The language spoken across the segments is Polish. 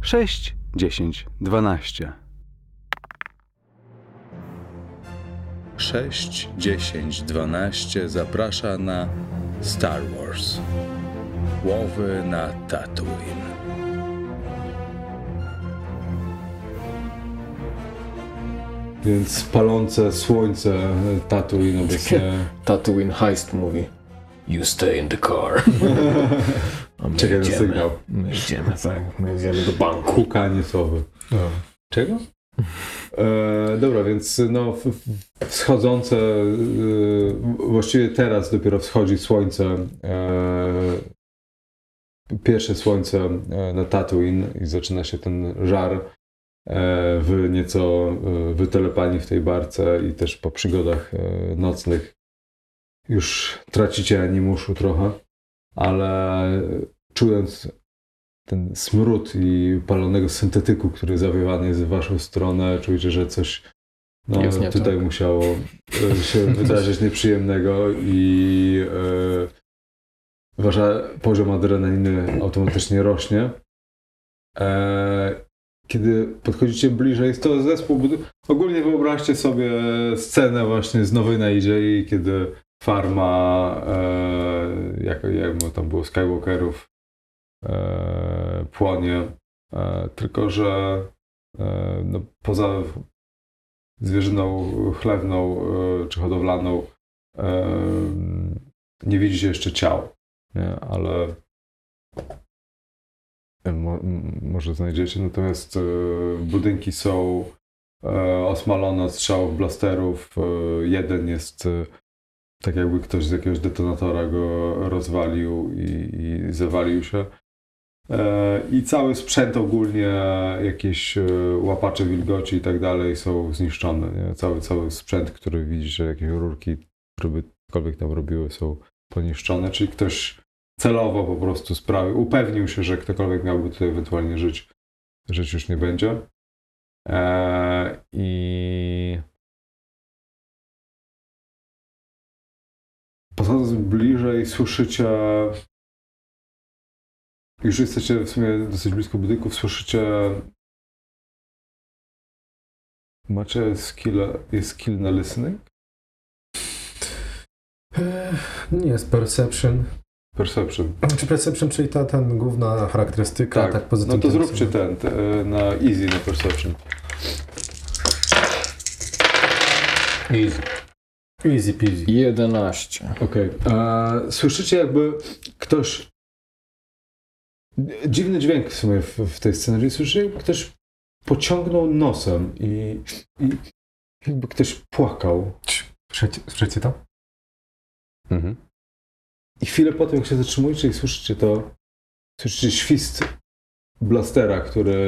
6, 10, 12. 6, 10, 12 zaprasza na Star Wars. Łowy na Tatooine. Więc palące słońce Tatooine obecnie. Tatooine heist mówi. You stay in the car. Czekaj na sygnał. My idziemy, tak. My idziemy do banku. Hukanie słowy. Czego? Dobra, więc no wschodzące, właściwie teraz dopiero wschodzi słońce, pierwsze słońce na Tatooine i zaczyna się ten żar. Wy nieco wytelepani w tej barce i też po przygodach nocnych już tracicie animuszu trochę, ale czując ten smród i palonego syntetyku, który zawiewany jest w waszą stronę, czujecie, że coś tutaj musiało się wydarzyć nieprzyjemnego i wasz poziom adrenaliny automatycznie rośnie. Kiedy podchodzicie bliżej, jest to zespół. Ogólnie wyobraźcie sobie scenę właśnie z Nowej Nadziei, kiedy farma, jak tam było, Skywalkerów, płonie. Tylko że poza zwierzyną chlewną czy hodowlaną nie widzicie jeszcze ciał, nie? Ale może znajdziecie, natomiast budynki są osmalone od strzałów blasterów. Jeden jest tak, jakby ktoś z jakiegoś detonatora go rozwalił i zawalił się. I cały sprzęt ogólnie, jakieś łapacze wilgoci i tak dalej są zniszczone. Nie? Cały sprzęt, który widzicie, jakieś rurki, które by cokolwiek tam robiły, są poniszczone, czyli ktoś celowo po prostu upewnił się, że ktokolwiek miałby tutaj ewentualnie żyć już nie będzie. I podchodząc bliżej, słyszycie, już jesteście w sumie dosyć blisko budynków, słyszycie, macie skill na listening? Nie jest perception. Czy perception, czyli ta główna charakterystyka, tak poza tym. No to zróbcie na easy na perception. Easy peasy. 11. Okej. Słyszycie, jakby ktoś... Dziwny dźwięk w sumie w tej scenerii. Słyszycie, jakby ktoś pociągnął nosem i jakby ktoś płakał. Słyszycie to? Mhm. I chwilę po tym, jak się zatrzymujecie i słyszycie to, słyszycie świst blastera, który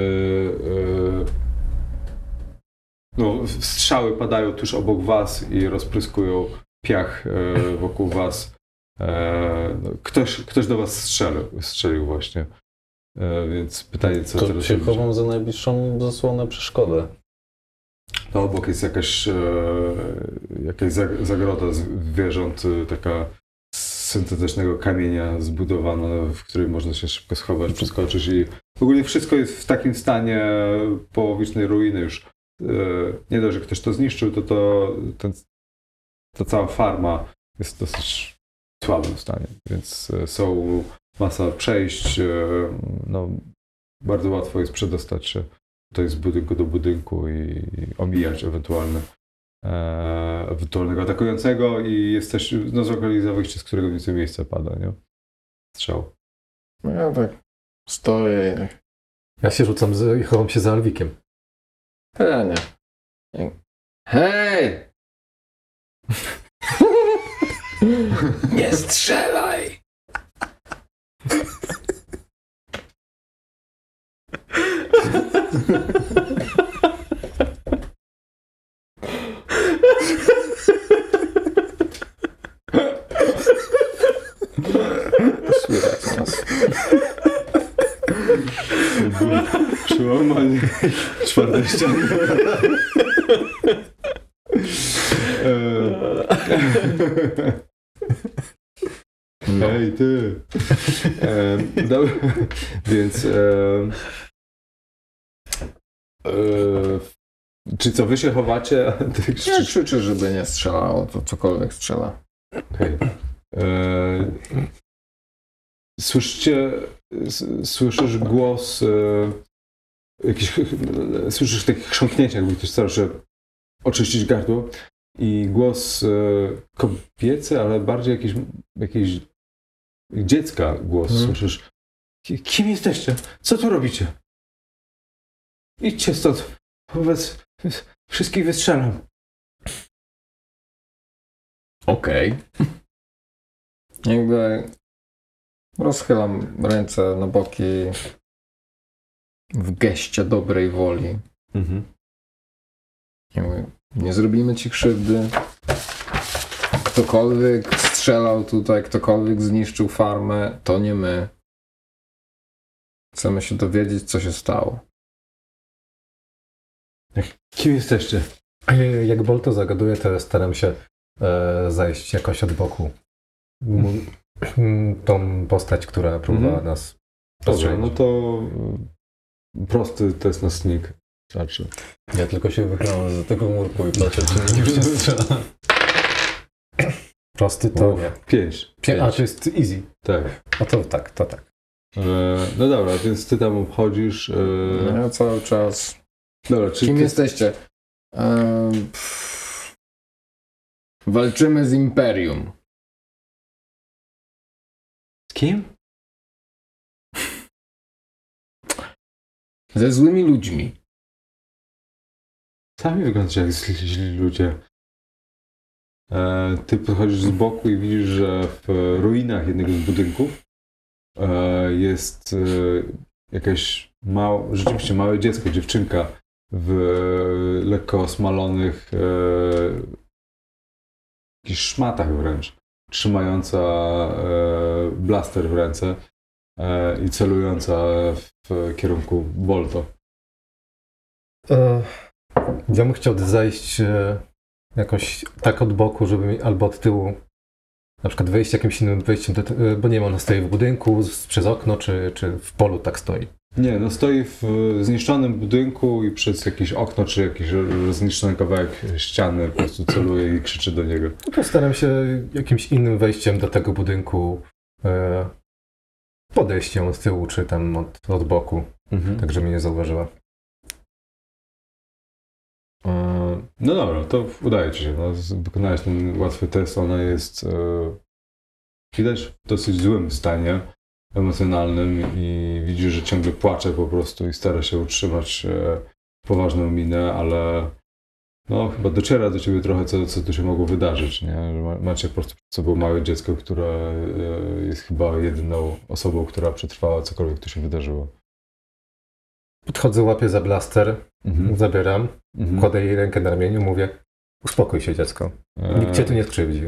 strzały padają tuż obok was i rozpryskują piach wokół was. Ktoś do was strzelił właśnie. Więc pytanie, co teraz się chowam za najbliższą zasłonę przeszkodę. To obok jest jakaś zagroda zwierząt, taka z syntetycznego kamienia zbudowana, w której można się szybko schować, przeskoczyć i ogólnie wszystko jest w takim stanie połowicznej ruiny już. Nie dość, że ktoś to zniszczył, to cała farma jest w dosyć słabym stanie, więc są masa przejść, bardzo łatwo jest przedostać się tutaj z budynku do budynku i omijać ewentualnego atakującego i jesteś zlokalizować wyjście, z którego więcej miejsca pada, nie? Strzał. No ja tak stoję. Ja się rzucam i chowam się za Alwikiem. Nie. Hej! Nie strzelaj! Słychać nas. Przełamanie czwartej ściany. Hej, ty. Dobra, więc Czy co, wy się chowacie? Ja krzyczę, żeby nie strzelało, to cokolwiek strzela. Okej. Słyszysz głos, słyszysz takie chrząknięcie, jakby ktoś starał się oczyścić gardło i głos kobiecy, ale bardziej jakiś dziecka głos. Słyszysz, kim jesteście? Co tu robicie? Idźcie stąd, wobec wszystkich wystrzelam. Okej. Jakby rozchylam ręce na boki w geście dobrej woli. Jakby nie zrobimy ci krzywdy. Ktokolwiek strzelał tutaj, ktokolwiek zniszczył farmę, to nie my. Chcemy się dowiedzieć, co się stało. Kim jesteście? Jak Bolto zagaduje, to staram się zajść jakoś od boku. Tą postać, która próbowała nas Dobrze, postrzelić. no to prosty test na sneak. Starczy. Ja tylko się wychylam z tego murku i patrzę, czy nikt już nie strzela. Prosty to nie. 5. A, to jest easy. Tak. A to tak, to tak. No dobra, więc ty tam obchodzisz. Ja cały czas... Dobra, czy Kim ty... jesteście? Walczymy z Imperium. Z kim? Ze złymi ludźmi. Sami wyglądacie jak źli ludzie. Ty podchodzisz z boku i widzisz, że w ruinach jednego z budynków jest jakaś rzeczywiście małe dziecko, dziewczynka w lekko osmalonych jakichś szmatach wręcz, trzymająca blaster w ręce i celująca w kierunku Bolto. Ja bym chciał zajść jakoś tak od boku, żeby albo od tyłu na przykład wejść jakimś innym wejściem, bo nie wiem, ona stoi w budynku, przez okno, czy w polu tak stoi. Nie, no stoi w zniszczonym budynku i przez jakieś okno, czy jakiś zniszczony kawałek ściany po prostu celuje i krzyczy do niego. No to staram się jakimś innym wejściem do tego budynku podejść ją od tyłu, czy tam od boku, tak żeby mnie nie zauważyła. No dobra, to udaje ci się. No, wykonałeś ten łatwy test, ona jest widać w dosyć złym stanie emocjonalnym i widzisz, że ciągle płacze po prostu i stara się utrzymać poważną minę, ale no chyba dociera do ciebie trochę, co tu się mogło wydarzyć, nie? Że macie po prostu przed sobą małe dziecko, które jest chyba jedyną osobą, która przetrwała cokolwiek tu się wydarzyło. Podchodzę, łapię za blaster, zabieram, kładę jej rękę na ramieniu, mówię: uspokój się, dziecko, nikt cię tu nie skrzywdzi.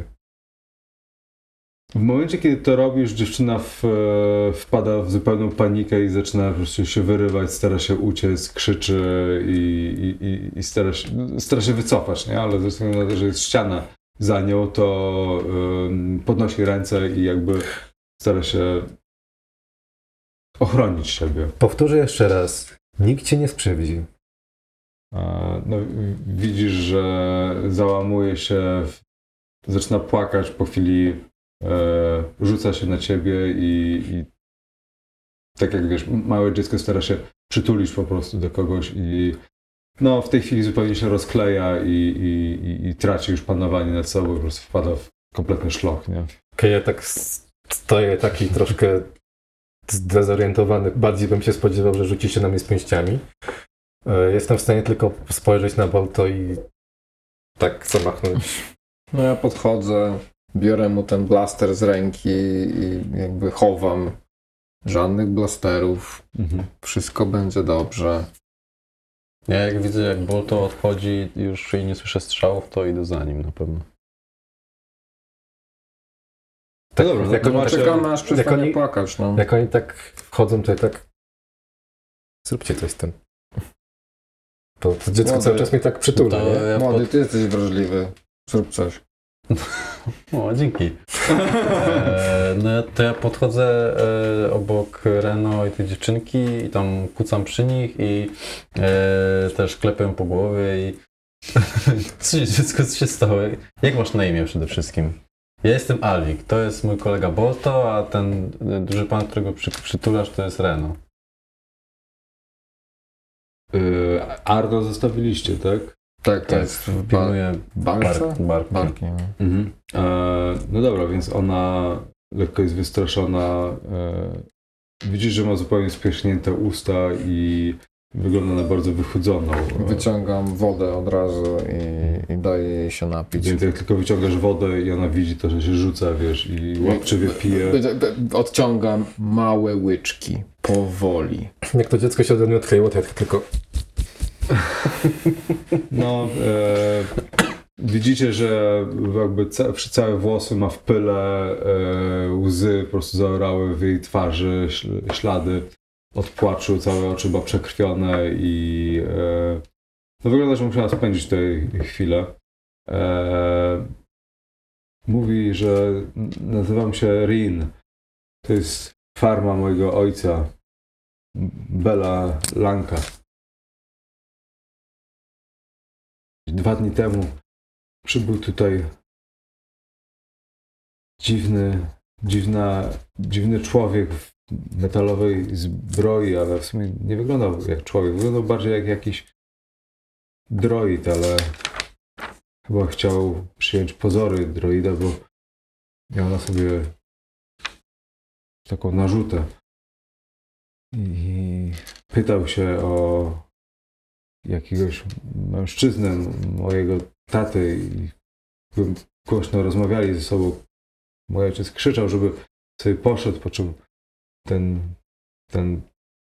W momencie, kiedy to robisz, dziewczyna wpada w zupełną panikę i zaczyna po prostu się wyrywać, stara się uciec, krzyczy i stara się wycofać, nie? Ale ze względu na to, że jest ściana za nią, to podnosi ręce i jakby stara się ochronić siebie. Powtórzę jeszcze raz, nikt cię nie skrzywdzi. No, widzisz, że załamuje się, zaczyna płakać, po chwili rzuca się na ciebie i tak jak wiesz, małe dziecko stara się przytulić po prostu do kogoś i no w tej chwili zupełnie się rozkleja i traci już panowanie nad sobą, po prostu wpada w kompletny szloch, nie? Okej, ja tak stoję taki troszkę zdezorientowany, bardziej bym się spodziewał, że rzuci się na mnie z pięściami. Jestem w stanie tylko spojrzeć na Bolto i tak zamachnąć. No ja podchodzę, biorę mu ten blaster z ręki i jakby chowam. Żadnych blasterów. Wszystko będzie dobrze. Ja jak widzę, jak Bolto odchodzi już i nie słyszę strzałów, to idę za nim na pewno. Tak, dobra, no jak to oni macie- Czekamy aż jak przestanie oni- płakać, no. Jak oni tak wchodzą, to ja tak... Zróbcie coś z tym. To dziecko Młody. cały czas mnie tak przytula, To nie? ja Młody, ty jesteś wrażliwy. Zrób coś. O, dzięki. No to ja podchodzę obok Reno i tej dziewczynki i tam kucam przy nich i też klepię po głowie i co się stało? Jak masz na imię przede wszystkim? Ja jestem Alwik, to jest mój kolega Bolto, a ten duży pan, którego przytulasz, to jest Reno. Arno zostawiliście, tak? Tak, to Tak, jest pilnuję barce? barki. Barki. Mhm. No dobra, więc ona lekko jest wystraszona. Widzisz, że ma zupełnie spierzchnięte usta i wygląda na bardzo wychudzoną. Wyciągam wodę od razu i daję jej się napić. Więc jak tylko wyciągasz wodę i ona widzi to, że się rzuca, wiesz, i łapczywie pije. Odciągam małe łyczki, powoli. Jak to dziecko się ode mnie odkleiło, to ja tylko... No, widzicie, że jakby całe włosy ma w pyle, łzy po prostu zaorały w jej twarzy, ślady od płaczu, całe oczy ma przekrwione i no wygląda, że musiała spędzić tutaj chwilę. Mówi, że nazywam się Rin. To jest farma mojego ojca, Bela Lanka. 2 dni temu przybył tutaj dziwny człowiek w metalowej zbroi, ale w sumie nie wyglądał jak człowiek, wyglądał bardziej jak jakiś droid, ale chyba chciał przyjąć pozory droida, bo miał na sobie taką narzutę i pytał się o jakiegoś mężczyznę, mojego taty i głośno rozmawiali ze sobą. Mój ojciec krzyczał, żeby sobie poszedł, po czym ten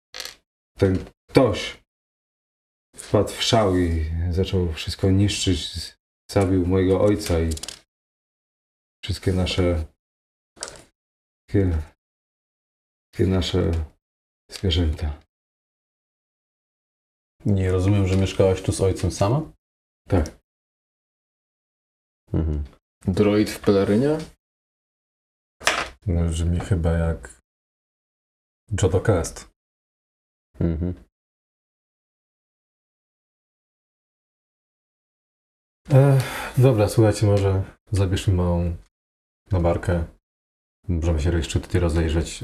ktoś wpadł w szał i zaczął wszystko niszczyć, zabił mojego ojca i wszystkie nasze nasze zwierzęta. Nie rozumiem, że mieszkałaś tu z ojcem sama? Tak. Mhm. Droid w pelerynie? No, brzmi chyba jak Jodocast. Mhm. Dobra, słuchajcie, może zabierzmy małą na barkę. Możemy się jeszcze tutaj rozejrzeć.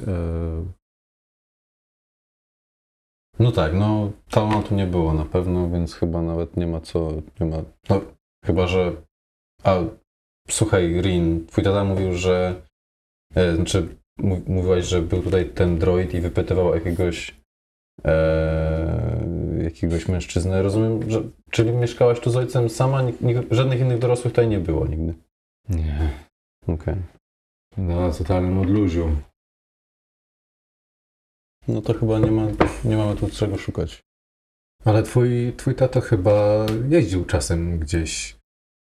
No tak, no talonu tu nie było na pewno, więc chyba nawet nie ma, no chyba, że, słuchaj Rin, twój tata mówił, że, mówiłaś, że był tutaj ten droid i wypytywał jakiegoś mężczyznę, rozumiem, że, czyli mieszkałaś tu z ojcem sama, żadnych innych dorosłych tutaj nie było nigdy? Nie. Okej. Na totalnym odluziu. No to chyba nie mamy tu czego szukać. Ale twój tato chyba jeździł czasem gdzieś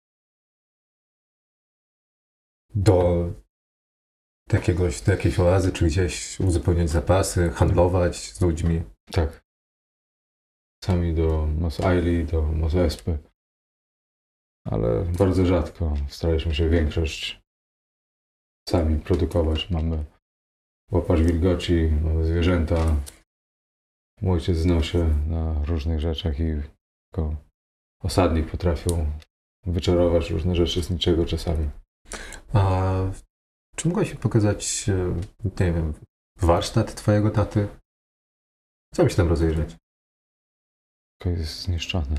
do jakiejś oazy, czy gdzieś uzupełniać zapasy, handlować z ludźmi. Tak. Sami do Mos Eisley, do Mos Espy. Ale bardzo rzadko staraliśmy się większość sami produkować. Mamy łapacz wilgoci, mamy zwierzęta. Mój ojciec znał się na różnych rzeczach i jako osadnik potrafił wyczarować różne rzeczy z niczego czasami. A czy mogłaś mi pokazać, nie wiem, warsztat twojego taty? Chciałbym się tam rozejrzeć. To jest zniszczone.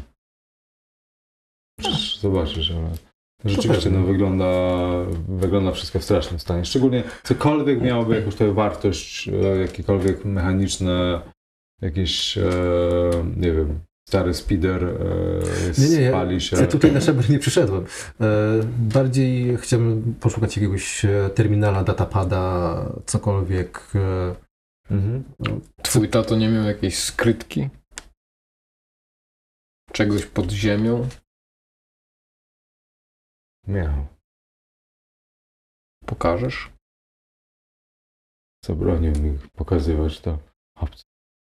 Zobaczysz, ale rzeczywiście no, wygląda wszystko w strasznym stanie. Szczególnie cokolwiek miałoby jakąś tutaj wartość, jakiekolwiek mechaniczne, jakieś, nie wiem, stary speeder spali się. Ja tutaj na szaber nie przyszedłem. Bardziej chciałbym poszukać jakiegoś terminala, datapada, cokolwiek. Twój tato nie miał jakiejś skrytki? Czegoś pod ziemią? Miał. Pokażesz? Zabronił mi pokazywać to obcy.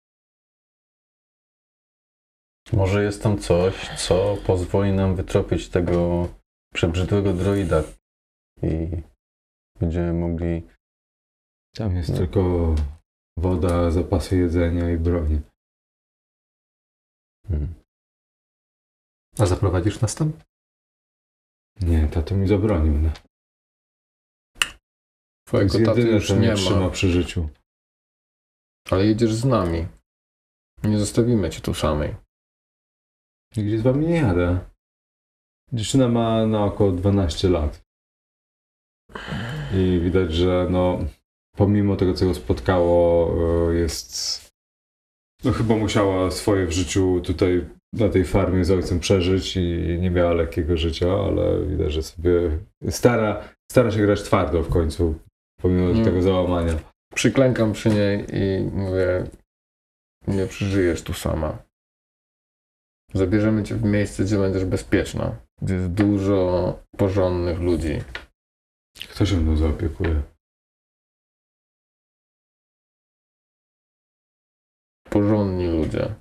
Może jest tam coś, co pozwoli nam wytropić tego przebrzydłego droida. i będziemy mogli... Tam jest tylko woda, zapasy jedzenia i broń. A zaprowadzisz nas tam? Nie, tato mi zabronił. No. To Twojego jest taty jedyne, już co mnie nie trzyma ma, przy życiu. ale jedziesz z nami. Nie zostawimy cię tu samej. Nigdzie z wami nie jadę. Dziewczyna ma na około 12 lat. I widać, że no, pomimo tego, co ją spotkało, jest... No chyba musiała swoje w życiu tutaj na tej farmie z ojcem przeżyć i nie miała lekkiego życia, ale widać, że sobie stara się grać twardo w końcu, pomimo tego załamania. Przyklękam przy niej i mówię, nie przeżyjesz tu sama. Zabierzemy cię w miejsce, gdzie będziesz bezpieczna, gdzie jest dużo porządnych ludzi. Kto się mną zaopiekuje? Porządni ludzie.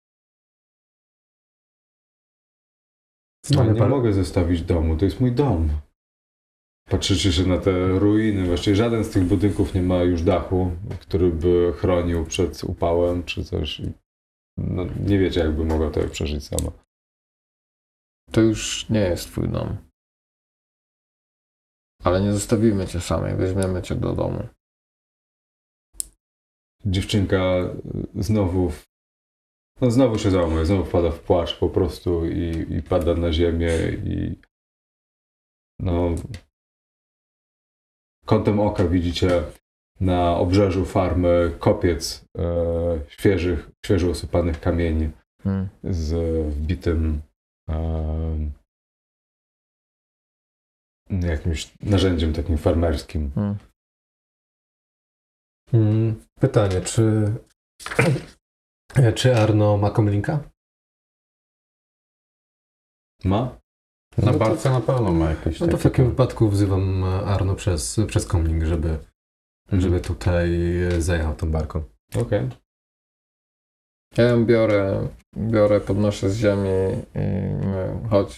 No, nie mogę zostawić domu, to jest mój dom. Patrzycie się na te ruiny, właściwie żaden z tych budynków nie ma już dachu, który by chronił przed upałem czy coś. No, nie wiecie, jakby mogła to przeżyć sama. To już nie jest twój dom. Ale nie zostawimy cię samej, weźmiemy cię do domu. Dziewczynka znowu się załamuje, znowu wpada w płacz po prostu i pada na ziemię i no kątem oka widzicie na obrzeżu farmy kopiec świeżo usypanych kamieni z wbitym jakimś narzędziem takim farmerskim. Pytanie, czy Arno ma komlinka? Ma? Na No to- barce na pewno ma jakieś No to w takie... takim wypadku wzywam Arno przez komlink, żeby tutaj zajechał tą barką. Okej. Ja ją biorę, podnoszę z ziemi i mówię, chodź,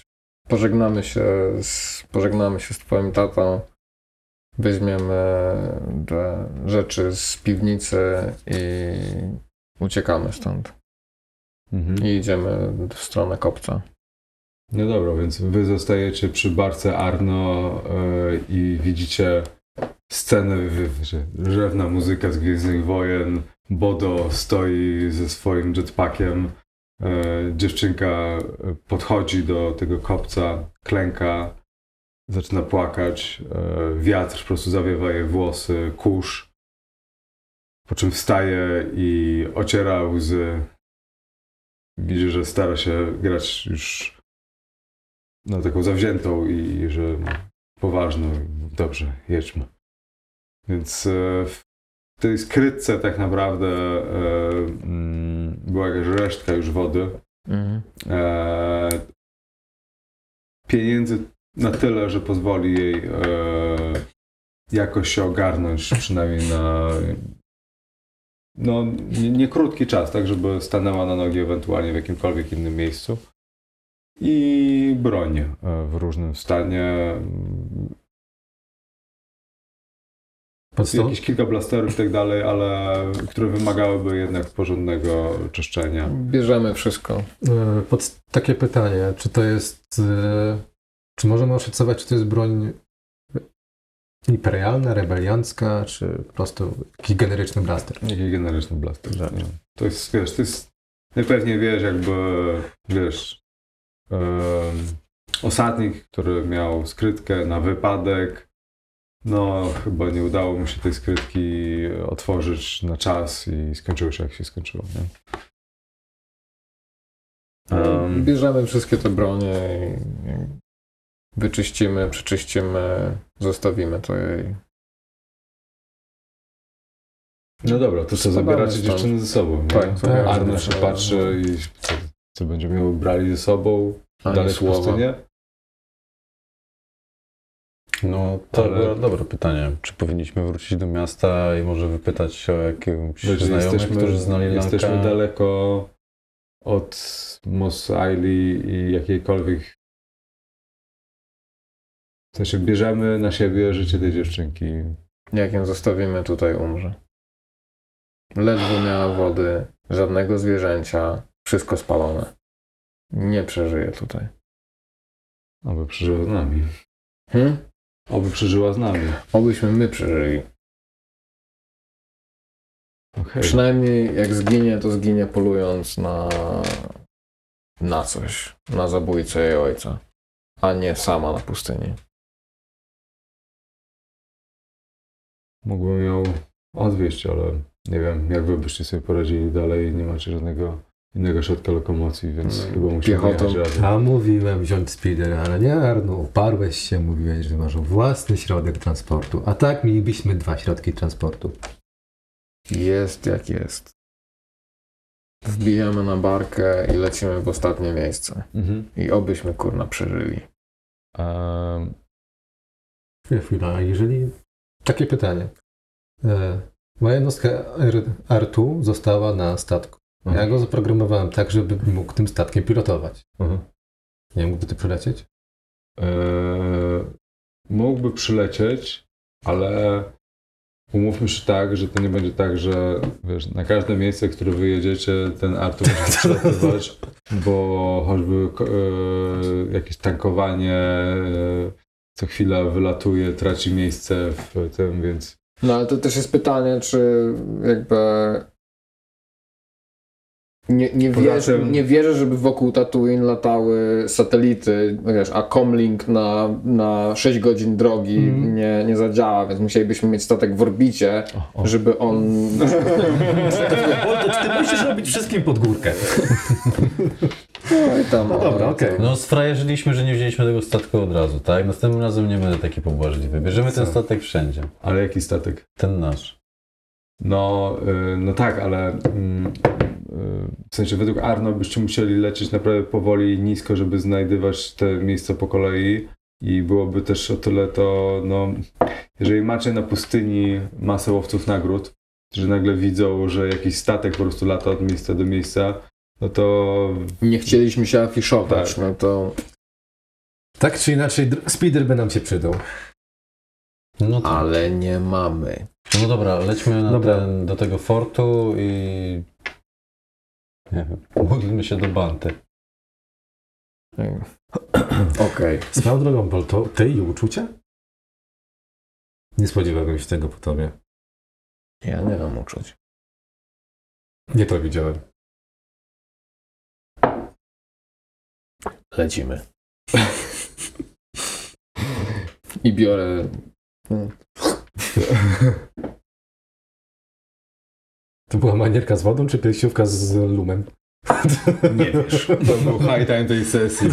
pożegnamy się z twoim tatą, weźmiemy te rzeczy z piwnicy i uciekamy stąd. I idziemy w stronę kopca. No dobra, więc wy zostajecie przy barce Arno i widzicie scenę, że rzewna muzyka z Gwiezdnych Wojen, Bodo stoi ze swoim jetpackiem, dziewczynka podchodzi do tego kopca, klęka, zaczyna płakać, wiatr po prostu zawiewa jej włosy, kurz, po czym wstaje i ociera łzy. Widzi, że stara się grać już na taką zawziętą i że poważną. Dobrze, jedźmy. Więc w tej skrytce tak naprawdę była jakaś resztka już wody. Pieniędzy na tyle, że pozwoli jej jakoś się ogarnąć, przynajmniej na nie krótki czas, tak żeby stanęła na nogi ewentualnie w jakimkolwiek innym miejscu. I broń w różnym stanie. Jakieś kilka blasterów i tak dalej, ale które wymagałyby jednak porządnego czyszczenia. Bierzemy wszystko. Takie pytanie, czy to jest... Czy możemy oszacować, czy to jest broń imperialna, rebeliancka, czy po prostu jakiś generyczny blaster? Jaki generyczny blaster. Nie. To jest, wiesz, to jest najpewniej, wiesz, osadnik, który miał skrytkę na wypadek. No, chyba nie udało mu się tej skrytki otworzyć na czas i skończyło się jak się skończyło. Nie? Bierzemy wszystkie te bronie i wyczyścimy, przeczyścimy, zostawimy to jej. No dobra, to co, zabieracie dziewczyny ze sobą? Nie? Tak, Arno się patrzy i co będziemy ją brali ze sobą? Dalej w pustynię? No to było dobre pytanie. Czy powinniśmy wrócić do miasta i może wypytać się o jakimś znajomych, którzy znali Lanka? Jesteśmy daleko od Mos Eisley i jakiejkolwiek W sensie bierzemy na siebie życie tej dziewczynki. Jak ją zostawimy, tutaj umrze. Ledwo miała wody, żadnego zwierzęcia, wszystko spalone. Nie przeżyje tutaj. Oby przeżyła z nami. Hmm? Oby przeżyła z nami. Obyśmy my przeżyli. Okay. Przynajmniej jak zginie, to zginie polując na coś. Na zabójcę jej ojca. A nie sama na pustyni. Mógłbym ją odwieźć, ale nie wiem, jak wy byście sobie poradzili dalej. Nie macie żadnego innego środka lokomocji, więc chyba musimy piechotą. jechać razem. A mówiłem wziąć speeder, ale nie, Arno, uparłeś się, mówiłeś, że masz własny środek transportu. A tak mielibyśmy 2 środki transportu. Jest jak jest. Wbijamy na barkę i lecimy w ostatnie miejsce. I obyśmy kurna przeżyli. Chwila, a jeżeli... Takie pytanie. Moja jednostka R2 została na statku. Ja go zaprogramowałem tak, żeby mógł tym statkiem pilotować. Nie mógłby ty przylecieć? Mógłby przylecieć, ale umówmy się tak, że to nie będzie tak, że wiesz, na każde miejsce, które wyjedziecie, ten Artur musi przylatywać, bo choćby jakieś tankowanie co chwila wylatuje, traci miejsce w tym, więc... No ale to też jest pytanie, czy jakby... Nie wierzę, żeby wokół Tatooine latały satelity, wiesz, a comlink na 6 godzin drogi nie zadziała, więc musielibyśmy mieć statek w orbicie, żeby on... Ty musisz robić wszystkim pod górkę. No i tam... No dobra, okej. No sfrajerzyliśmy, że nie wzięliśmy tego statku od razu, tak? Następnym razem nie będę taki pobłażliwy. Bierzemy ten statek wszędzie. Ale jaki statek? Ten nasz. No tak, ale w sensie według Arno byście musieli lecieć naprawdę powoli i nisko, żeby znajdywać te miejsca po kolei i byłoby też o tyle to, no, jeżeli macie na pustyni masę łowców nagród, którzy nagle widzą, że jakiś statek po prostu lata od miejsca do miejsca, no to... Nie chcieliśmy się afiszować, Tak. no to... Tak czy inaczej, speeder by nam się przydał. No, to, Ale nie mamy. no dobra, lećmy do tego fortu i... Nie wiem, modlimy się do Banty. Okej. Swoją drogą, Bol, to ty i uczucia? Nie spodziewałbym się tego po tobie. Ja nie mam uczuć. Nie to widziałem. Lecimy. I biorę... To była manierka z wodą, czy piersiówka z lumem? Nie wiesz. To był high time tej sesji.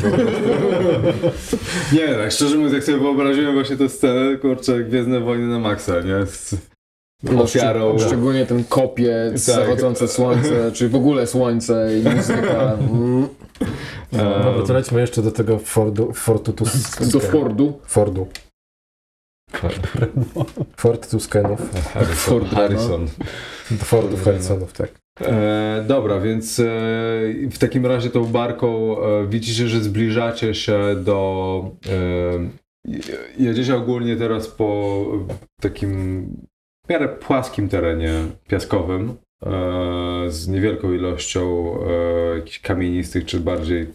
Nie, tak szczerze mówiąc, jak sobie wyobraziłem właśnie tę scenę, kurczę, Gwiezdne Wojny na maksa, nie? Z ofiarą. Szczególnie ten kopiec, Tak. zachodzące słońce, czy w ogóle słońce i muzyka. Dobra, to lećmy jeszcze do tego Fortu Do Fordu. Fordu. Fort Tuskenów. Harrison. Do Fordów Harrisonów, tak. Dobra, więc w takim razie tą barką widzicie, że zbliżacie się do... jedziecie ogólnie teraz po takim w miarę płaskim terenie piaskowym z niewielką ilością jakichś kamienistych czy bardziej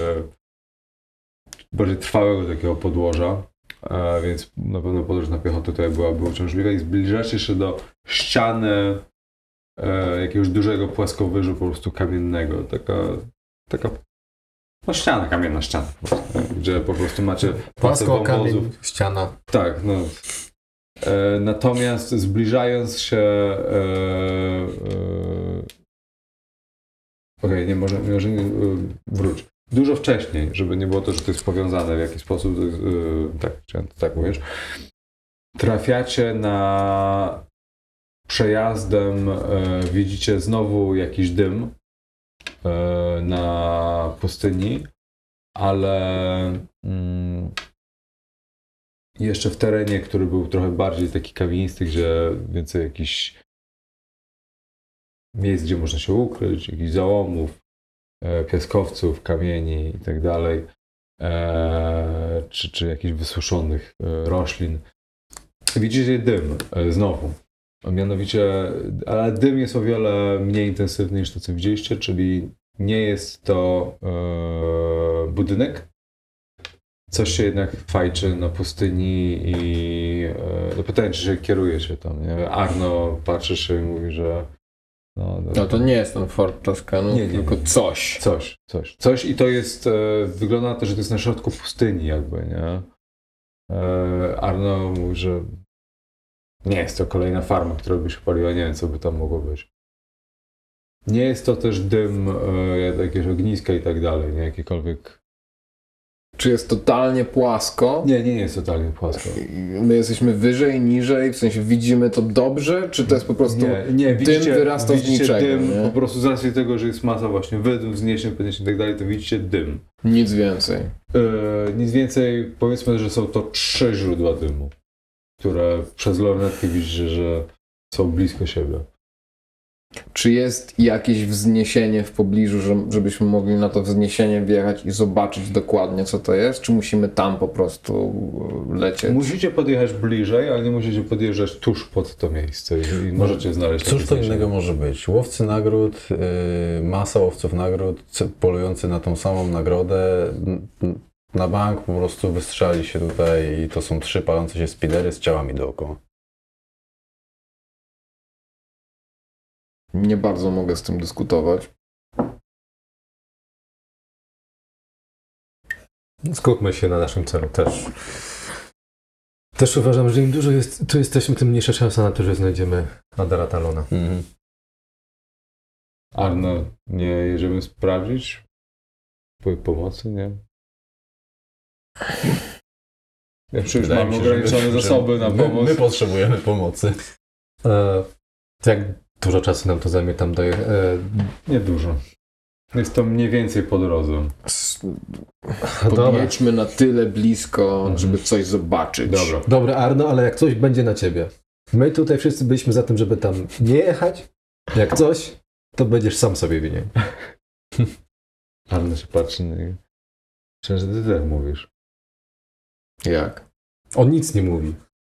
trwałego takiego podłoża. Więc na pewno podróż na piechotę tutaj byłaby uciążliwa i zbliżacie się do ściany jakiegoś dużego płaskowyżu po prostu kamiennego. Taka no ściana, kamienna ściana po prostu, gdzie po prostu macie Płasko, masę kamień, wąwozów. ściana. Tak, no. Natomiast zbliżając się okej, nie, może nie, wróć. Dużo wcześniej, żeby nie było to, że to jest powiązane w jakiś sposób, tak mówisz, trafiacie na przejazdem, widzicie znowu jakiś dym na pustyni, ale jeszcze w terenie, który był trochę bardziej taki kamiennisty, gdzie więcej jakichś miejsc, gdzie można się ukryć, jakichś załomów, piaskowców, kamieni i tak dalej. czy jakichś wysuszonych roślin. Widzicie dym znowu. Mianowicie, ale dym jest o wiele mniej intensywny niż to, co widzieliście, czyli nie jest to budynek. Coś się jednak fajczy na pustyni i pytanie, czy się kierujecie tam, nie? Arno patrzy się i mówi, że No to nie jest ten Fort Toscano, tylko coś. Coś i to jest, wygląda na to, że to jest na środku pustyni jakby, nie? Arno mówi, że nie jest to kolejna farma, która by się paliła, nie wiem, co by tam mogło być. Nie jest to też dym, jakieś ogniska i tak dalej, nie? Jakiekolwiek... Czy jest totalnie płasko? Nie jest totalnie płasko. My jesteśmy wyżej, niżej, w sensie widzimy to dobrze, czy to jest po prostu nie, dym wyrasta z niczego? Dym, nie? po prostu z racji tego, że jest masa właśnie wydm, wzniesień, podniesień i tak dalej, to widzicie dym. Nic więcej. Nic więcej, powiedzmy, że są to 3 źródła dymu, które przez lornetkę widzicie, że są blisko siebie. Czy jest jakieś wzniesienie w pobliżu, żebyśmy mogli na to wzniesienie wjechać i zobaczyć dokładnie, co to jest? Czy musimy tam po prostu lecieć? Musicie podjechać bliżej, ale nie musicie podjeżdżać tuż pod to miejsce i możecie znaleźć... Cóż to innego może być? Łowcy nagród, masa łowców nagród, polujący na tą samą nagrodę, na bank po prostu wystrzeli się tutaj i to są 3 palące się spidery z ciałami dookoła. Nie bardzo mogę z tym dyskutować. Skupmy się na naszym celu też. Też uważam, że im dużo tu jesteśmy, tym mniejsza szansa na to, że znajdziemy Adara Talona. Mhm. Arno, nie jedziemy sprawdzić pomocy, nie? Ja przecież Wydaje mam mi się, że ograniczone zasoby na pomoc. My potrzebujemy pomocy. Jak dużo czasu nam to zajmie tam do... Nie dużo. Jest to mniej więcej po drodze. Podjedźmy na tyle blisko, żeby coś zobaczyć. Dobra, Arno, ale jak coś będzie na ciebie. My tutaj wszyscy byliśmy za tym, żeby tam nie jechać. Jak coś, to będziesz sam sobie winien. Arno się patrzy na niego. Przecież ty tak mówisz. Jak? On nic nie mówi.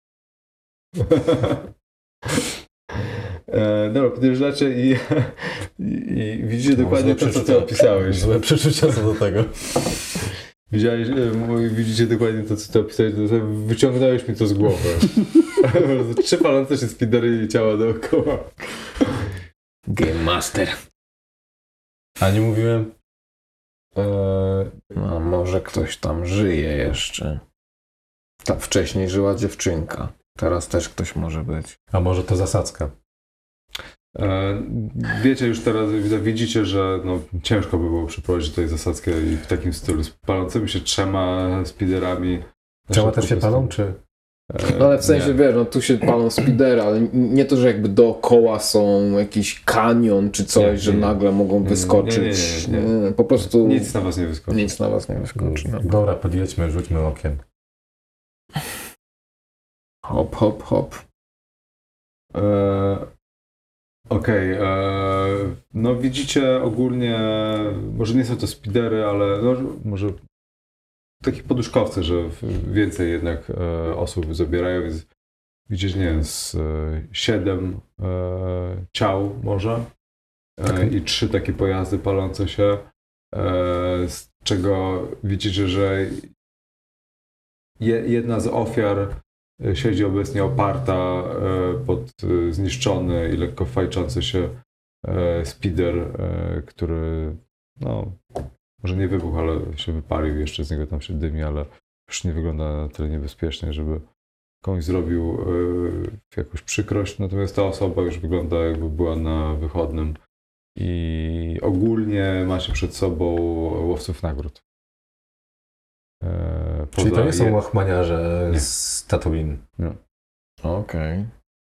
Dobra, podjeżdżacie i widzicie dokładnie to, co ty opisałeś. Złe przeczucia co do tego. Widzicie dokładnie to, co ty opisałeś. Wyciągnąłeś mi to z głowy. 3 palące się spidery i ciała dookoła. Game Master. A nie mówiłem? A może ktoś tam żyje jeszcze. Tam wcześniej żyła dziewczynka. Teraz też ktoś może być. A może to zasadzka? Wiecie już teraz, widzicie, że ciężko by było przeprowadzić tutaj zasadzkę i w takim stylu z palącymi się 3 spiderami. Ciała też się palą, czy? No ale w sensie, wiesz, tu się palą spidery, ale nie to, że jakby dookoła są jakiś kanion czy coś, że nagle mogą wyskoczyć. Nie. Po prostu... Nic na was nie wyskoczy. Nic na was nie wyskoczy. No. Dobra, podjedźmy, rzućmy okiem. Hop, hop, hop. Okej, no widzicie ogólnie, może nie są to spidery, ale może takie poduszkowce, że więcej jednak osób zabierają, więc widzicie, nie wiem, z 7 ciał może i 3 takie pojazdy palące się, z czego widzicie, że jedna z ofiar siedzi obecnie oparta pod zniszczony i lekko fajczący się spider, który może nie wybuchł, ale się wypalił, jeszcze z niego tam się dymi, ale już nie wygląda na tyle niebezpiecznie, żeby komuś zrobił jakąś przykrość, natomiast ta osoba już wygląda, jakby była na wychodnym i ogólnie macie przed sobą łowców nagród. Czyli to nie są łachmaniarze z Tatooine. Nie. Okej.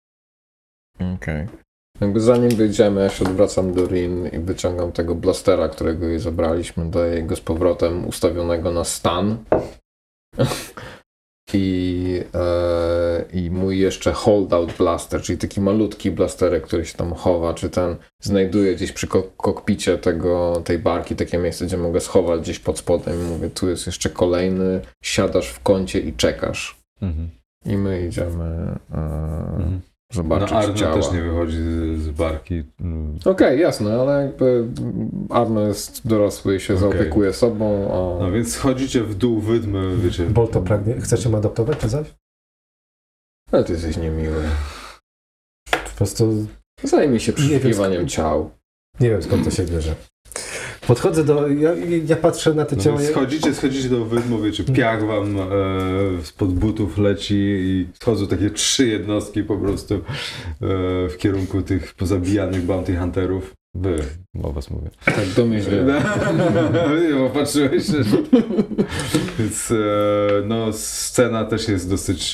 Jakby zanim wyjdziemy, ja się odwracam do Rin i wyciągam tego blastera, którego jej zabraliśmy, daję go z powrotem ustawionego na stan. i mój jeszcze holdout blaster, czyli taki malutki blasterek, który się tam chowa, czy ten znajduje gdzieś przy kokpicie tej barki takie miejsce, gdzie mogę schować gdzieś pod spodem i mówię, tu jest jeszcze kolejny, siadasz w kącie i czekasz. I my idziemy zobaczyć Arno ciała. też nie wychodzi z barki. Okej, jasne, ale jakby Arno jest dorosły i się zaopiekuje sobą. No więc schodzicie w dół wydmy, wiecie. Bolto pragnie. Chcesz ją adoptować czy coś? Ale ty jesteś niemiły. Po prostu Zajmij się przeszukiwaniem ciał. nie wiem skąd to się bierze. Podchodzę ja patrzę na te No ciała. więc schodzicie do wydmu, wiecie, piach wam spod butów leci i schodzą takie 3 jednostki po prostu w kierunku tych pozabijanych bounty hunterów. Wy, o was mówię. Tak domyślnie. Nie, bo patrzyłeś się. Więc no, scena też jest dosyć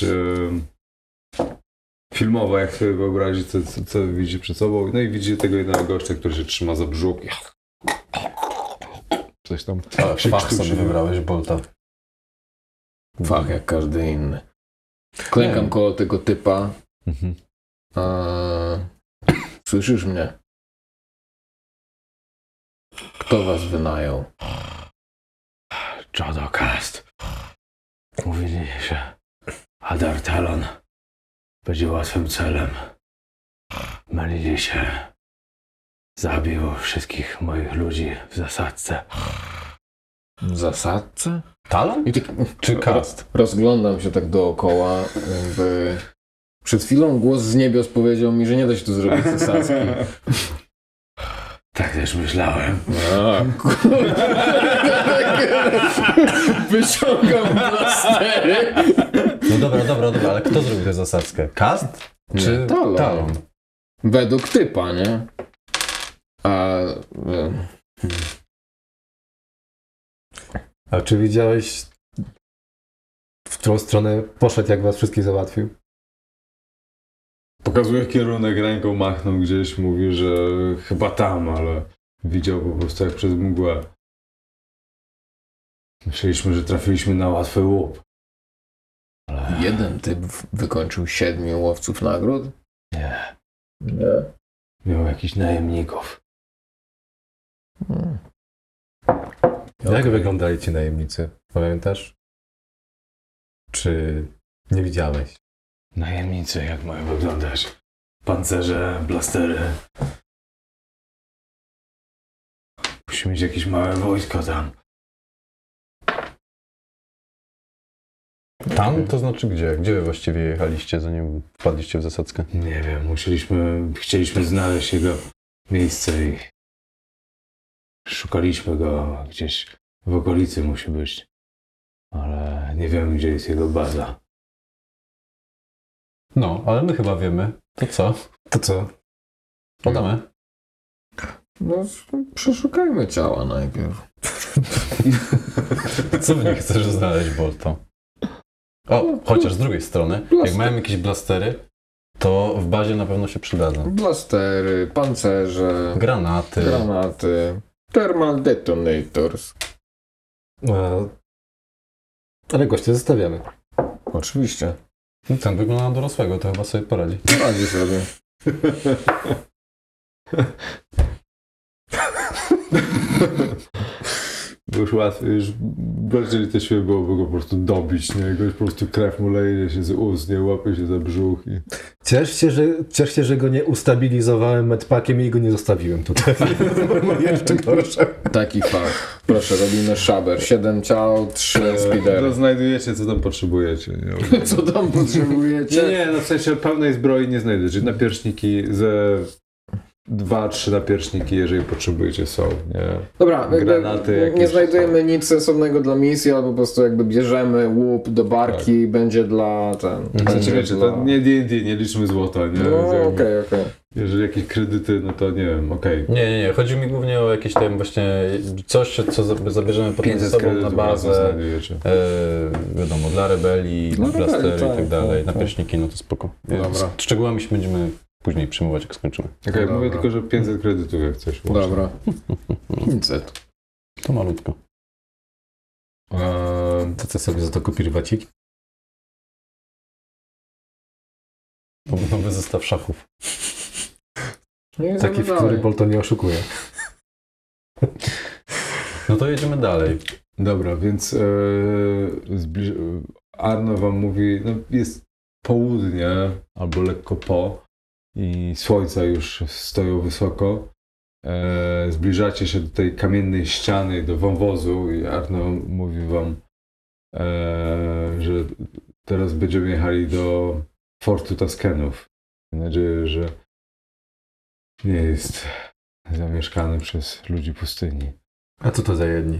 filmowa, jak sobie wyobrazić, co widzicie przed sobą. No i widzicie tego jednego gościa, który się trzyma za brzuch. Coś tam. Fach sobie wybrałeś, Bolta. Fach jak każdy inny. Klękam koło tego typa. Słyszysz mnie? Kto was wynajął? Jodocast. Mówili, że Adar Talon będzie łatwym celem. Mylili się. Zabił wszystkich moich ludzi w zasadzce. W zasadce? Talon? I tak, Czy Cast? rozglądam się tak dookoła, jakby... Przed chwilą głos z niebios powiedział mi, że nie da się tu zrobić zasadzki. Tak też myślałem. Wyciągam blastery. No dobra, ale kto zrobił tę zasadzkę? Cast? Czy Nie, Talon. Talon? Według typa, nie? A czy widziałeś, w którą stronę poszedł, jak was wszystkich załatwił? Pokazuje kierunek, ręką machnął gdzieś, mówi, że chyba tam, ale widział po prostu jak przez mgłę. Myśleliśmy, że trafiliśmy na łatwy łup. Ale Jeden typ wykończył 7 łowców nagród? Nie. Nie. Miał jakichś najemników. Jak wyglądali ci najemnicy? Pamiętasz? Czy nie widziałeś? Najemnicy jak mają wyglądać? Pancerze, blastery. Musimy mieć jakieś małe wojsko tam. Tam? To znaczy gdzie? Gdzie wy właściwie jechaliście, zanim wpadliście w zasadzkę? Nie wiem, chcieliśmy znaleźć jego miejsce i szukaliśmy go gdzieś w okolicy musi być. Ale nie wiem, gdzie jest jego baza. No, ale my chyba wiemy. To co? To co? Podamy. No, przeszukajmy ciała najpierw. Co w nich chcesz znaleźć, Bolto? O, chociaż z drugiej strony, jak mają jakieś blastery, to w bazie na pewno się przydadzą. Blastery, pancerze, Granaty. thermal detonators. Ale goście zostawiamy. Oczywiście. Ten wygląda na dorosłego, to chyba sobie poradzi. Radzi sobie. Bo już łatwiej, już bardziej to się byłoby go po prostu dobić, nie? Jakoś po prostu krew mu leje się z ust, nie? Łapie się za brzuch i... Ciesz się, że go nie ustabilizowałem medpakiem i go nie zostawiłem tutaj. Jeszcze gorsze. Taki fakt. Proszę, robimy szaber. 7 ciał, 3 To spidery. znajdujecie, co tam potrzebujecie, nie? Co tam potrzebujecie? Nie, no w sensie pełnej zbroi nie znajdziecie. Napierśniki ze 2-3 napierśniki, jeżeli potrzebujecie, są, nie? Dobra, Granaty jakby nie jakieś. znajdujemy nic sensownego dla misji, albo po prostu jakby bierzemy łup do barki, będzie dla W będzie sensie, wiecie, dla... to nie D&D, nie liczmy złota, nie? No Więc jakby, okej. Jeżeli jakieś kredyty, no to nie wiem, okej. Nie. Chodzi mi głównie o jakieś tam właśnie coś, co zabierzemy potem ze 500 sobą na kredytów bazę. znajdujecie. Wiadomo, dla rebelii, Dla rebelii, blastery i tak, tak dalej. tak. Napierśniki, no to spoko. Dobra. Z szczegółami się będziemy później przyjmować, jak skończymy. Okej, Dobra. mówię tylko, że 500 kredytów jak coś. łącznie. Dobra. 500. To malutko. To co sobie za to kupi rybaciki? Nowy zestaw szachów. Nie Taki, w który Bolton nie oszukuje. No to jedziemy dalej. Dobra, więc Arno wam mówi, no jest południe, albo lekko po i słońca już stoją wysoko. Zbliżacie się do tej kamiennej ściany, do wąwozu i Arno mówi wam, że teraz będziemy jechali do Fortu Tuskenów. Mam nadzieję, że nie jest zamieszkany przez ludzi pustyni. A co to za jedni?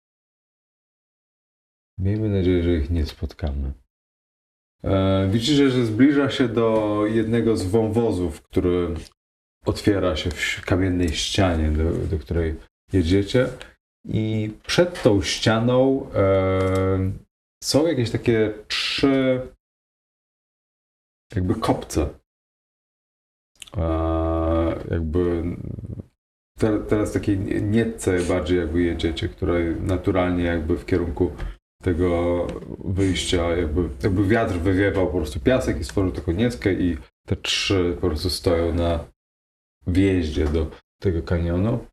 Miejmy nadzieję, że ich nie spotkamy. Widzicie, że zbliża się do jednego z wąwozów, który otwiera się w kamiennej ścianie, do której jedziecie. I przed tą ścianą są jakieś takie 3 jakby kopce. Jakby teraz takiej nietce bardziej jakby jedziecie, które naturalnie jakby w kierunku tego wyjścia, jakby wiatr wywiewał po prostu piasek i stworzył taką nieckę i te 3 po prostu stoją na wjeździe do tego kanionu.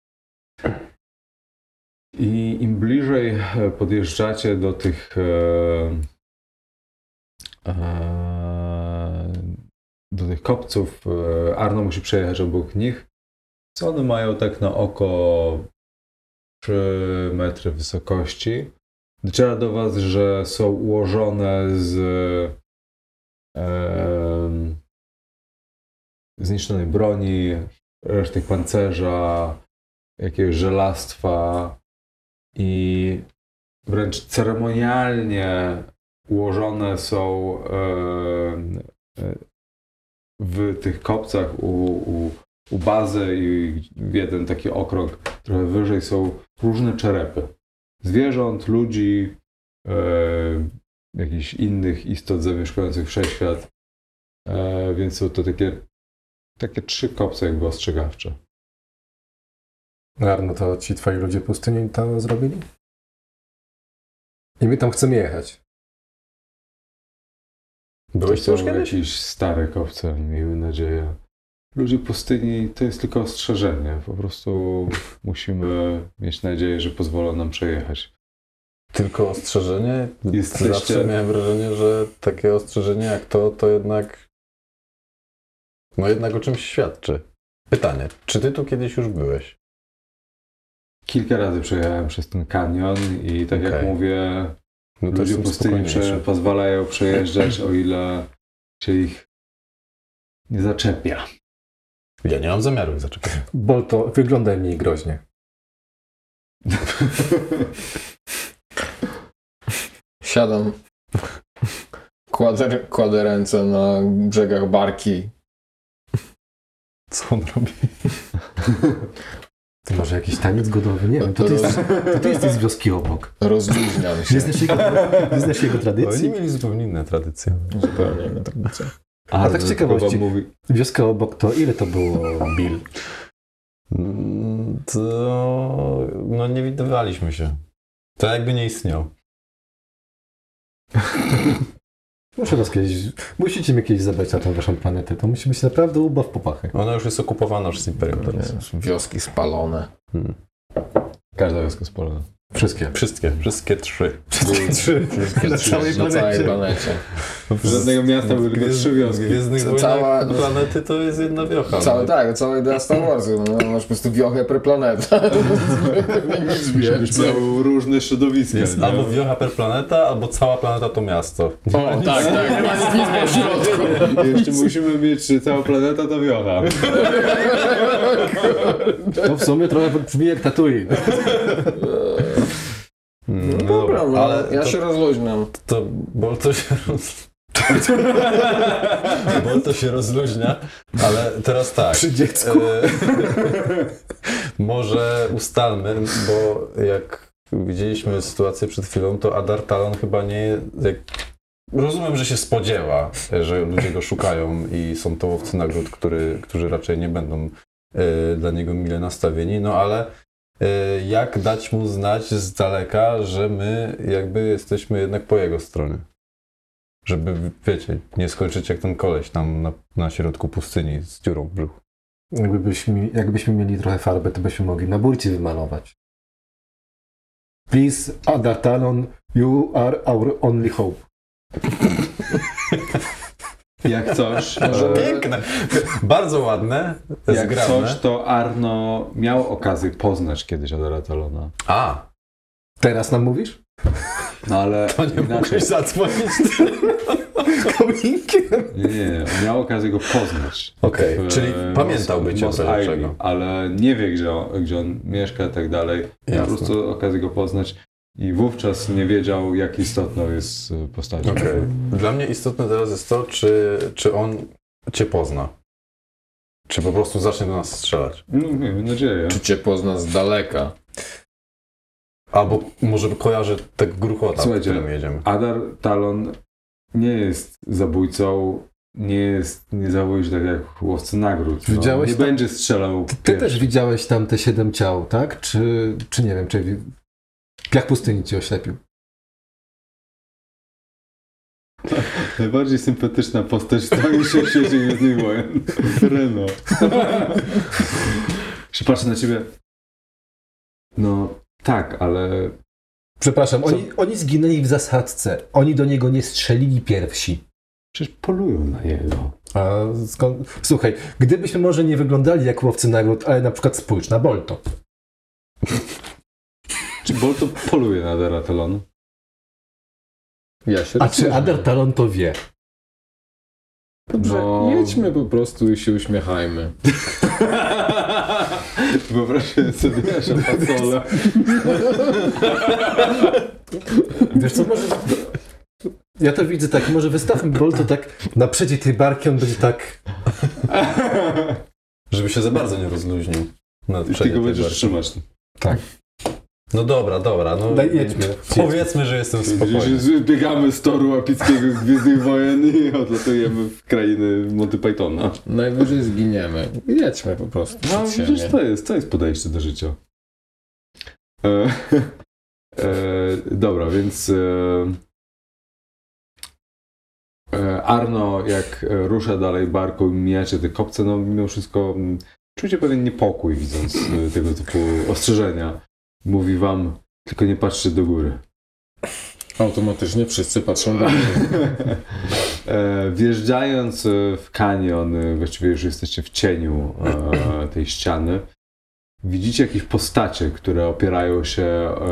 I im bliżej podjeżdżacie do tych kopców, Arno musi przejechać obok nich. Co one mają tak na oko 3 metry wysokości. Dociera do was, że są ułożone z zniszczonej broni, resztek pancerza, jakiegoś żelastwa i wręcz ceremonialnie ułożone są w tych kopcach u bazy i w jeden taki okrąg trochę wyżej są różne czerepy. Zwierząt, ludzi, jakichś innych istot zamieszkujących wszechświat. Więc są to takie 3 kopce jakby ostrzegawcze. Arno, to ci twoi ludzie pustyni to zrobili? I my tam chcemy jechać. Byłeś tu już są kiedyś? jakieś stare kopce, miejmy nadzieję. Ludzie pustyni to jest tylko ostrzeżenie. Po prostu musimy mieć nadzieję, że pozwolą nam przejechać. Tylko ostrzeżenie? Jesteście- Zawsze miałem wrażenie, że takie ostrzeżenie jak to jednak... No jednak o czymś świadczy. Pytanie, czy ty tu kiedyś już byłeś? Kilka razy przejechałem przez ten kanion i tak jak Okej. mówię, No to ludzie jestem pustyni spokojniejszy. pozwalają przejeżdżać, o ile się ich nie zaczepia. Ja nie mam zamiaru ich zaczepiać. Bolto, wyglądaj mniej groźnie. Siadam, kładę ręce na brzegach barki. Co on robi? To może jakiś taniec godowy? Nie wiem, to ty jesteś z wioski obok. Rozluźniam się. Nie znasz jego Oni tradycji? mieli zupełnie inne tradycje. Zupełnie inna tradycja. A tak z ciekawości, mówi, wioska obok to ile to było mil? To... No nie widywaliśmy się. To jakby nie istniał. Musicie mnie kiedyś zabrać na tę waszą planetę. To musi być naprawdę ubaw popachy. Ona już jest okupowana przez Imperium teraz. Wioski spalone. każda wioska spolona. Wszystkie. Wszystkie 3. Na całej Na całej planecie. Żadnego miasta były tylko 3 wioski. Gwiezdnych Cała- Wojnach planety to jest jedna wiocha. Całe idea Star Warsu. No, masz po prostu wiochę per planeta. Nic Żebyś więcej. miał różne środowiska. Jest nie? albo wiocha per planeta, albo cała planeta to miasto. O, tak. Nie ma nic po środku. I jeszcze musimy mieć, że cała planeta to wiocha. To w sumie trochę brzmi jak Tatooine. No dobra, no, ale ja to, się rozluźniam. Bolto się rozluźnia, ale teraz tak. Przy dziecku. Może ustalmy, bo jak widzieliśmy sytuację przed chwilą, to Adar Talon chyba nie... Rozumiem, że się spodziewa, że ludzie go szukają i są to łowcy nagród, którzy raczej nie będą dla niego mile nastawieni, no ale jak dać mu znać z daleka, że my jakby jesteśmy jednak po jego stronie? Żeby, wiecie, nie skończyć jak ten koleś tam na środku pustyni z dziurą w brzuchu. Jakbyśmy mieli trochę farby, to byśmy mogli na burcie wymalować. Please, Adar Talon, you are our only hope. Jak coś, Piękne! Bardzo ładne, jak zgrabne. coś, to Arno miał okazję poznać kiedyś Adara Talona. A! Teraz nam mówisz? No ale To nie inaczej. mógłbyś zadzwonić kominkiem. Nie, miał okazję go poznać. Okej, czyli pamiętałby cię Mos w razie Eisley, czego. ale nie wie, gdzie on mieszka i tak dalej. Miał po Jasne. prostu okazję go poznać i wówczas nie wiedział, jak istotną jest postacią. Okej. Dla mnie istotne teraz jest to, czy on cię pozna. Czy po prostu zacznie do nas strzelać. No, miejmy nadzieję. Czy cię pozna z daleka? Albo może kojarzy tego gruchota, w Słuchajcie, którym jedziemy. Adar Talon nie jest zabójcą, nie zachowuje się tak jak łowcy nagród. No, Widziałeś nie to? będzie strzelał Ty pierwszy. też widziałeś tam te 7 ciał, tak? Czy nie wiem, czy piach pustyni cię oślepił? Najbardziej sympatyczna postać w całym świecie Gwiezdnych Wojen. Reno. Się patrzę na ciebie. No tak, ale Przepraszam, oni zginęli w zasadzce. Oni do niego nie strzelili pierwsi. przecież polują na niego. A skąd? Słuchaj, gdybyśmy może nie wyglądali jak łowcy nagród, ale na przykład spójrz na Bolto. Czy Bolto poluje na Adara Talonu? Ja się A czy Adar Talon to wie? Dobrze, No. jedźmy po prostu i się uśmiechajmy. Wyobraźcie sobie naszą fasolę. Wiesz co, może... Ja to widzę tak, może wystawmy Bolto tak na przedzie tej barki, on będzie tak... Żeby się za bardzo nie rozluźnił. Na I ty przedzie go tej będziesz barki. trzymać. No dobra, no Jedźmy. powiedzmy, że jestem spokojny. Biegamy z toru epickiego z Gwiezdnych Wojen i odlatujemy w krainy Monty Pythona. Najwyżej zginiemy. Jedźmy po prostu. No przed siebie. przecież to jest podejście do życia. Dobra, więc Arno, jak rusza dalej barką i mijacie te kopce, no mimo wszystko czujecie pewien niepokój, widząc tego typu ostrzeżenia. Mówi wam, tylko nie patrzcie do góry. Automatycznie wszyscy patrzą do mnie. Wjeżdżając w kanion, właściwie już jesteście w cieniu tej ściany, widzicie jakieś postacie, które opierają się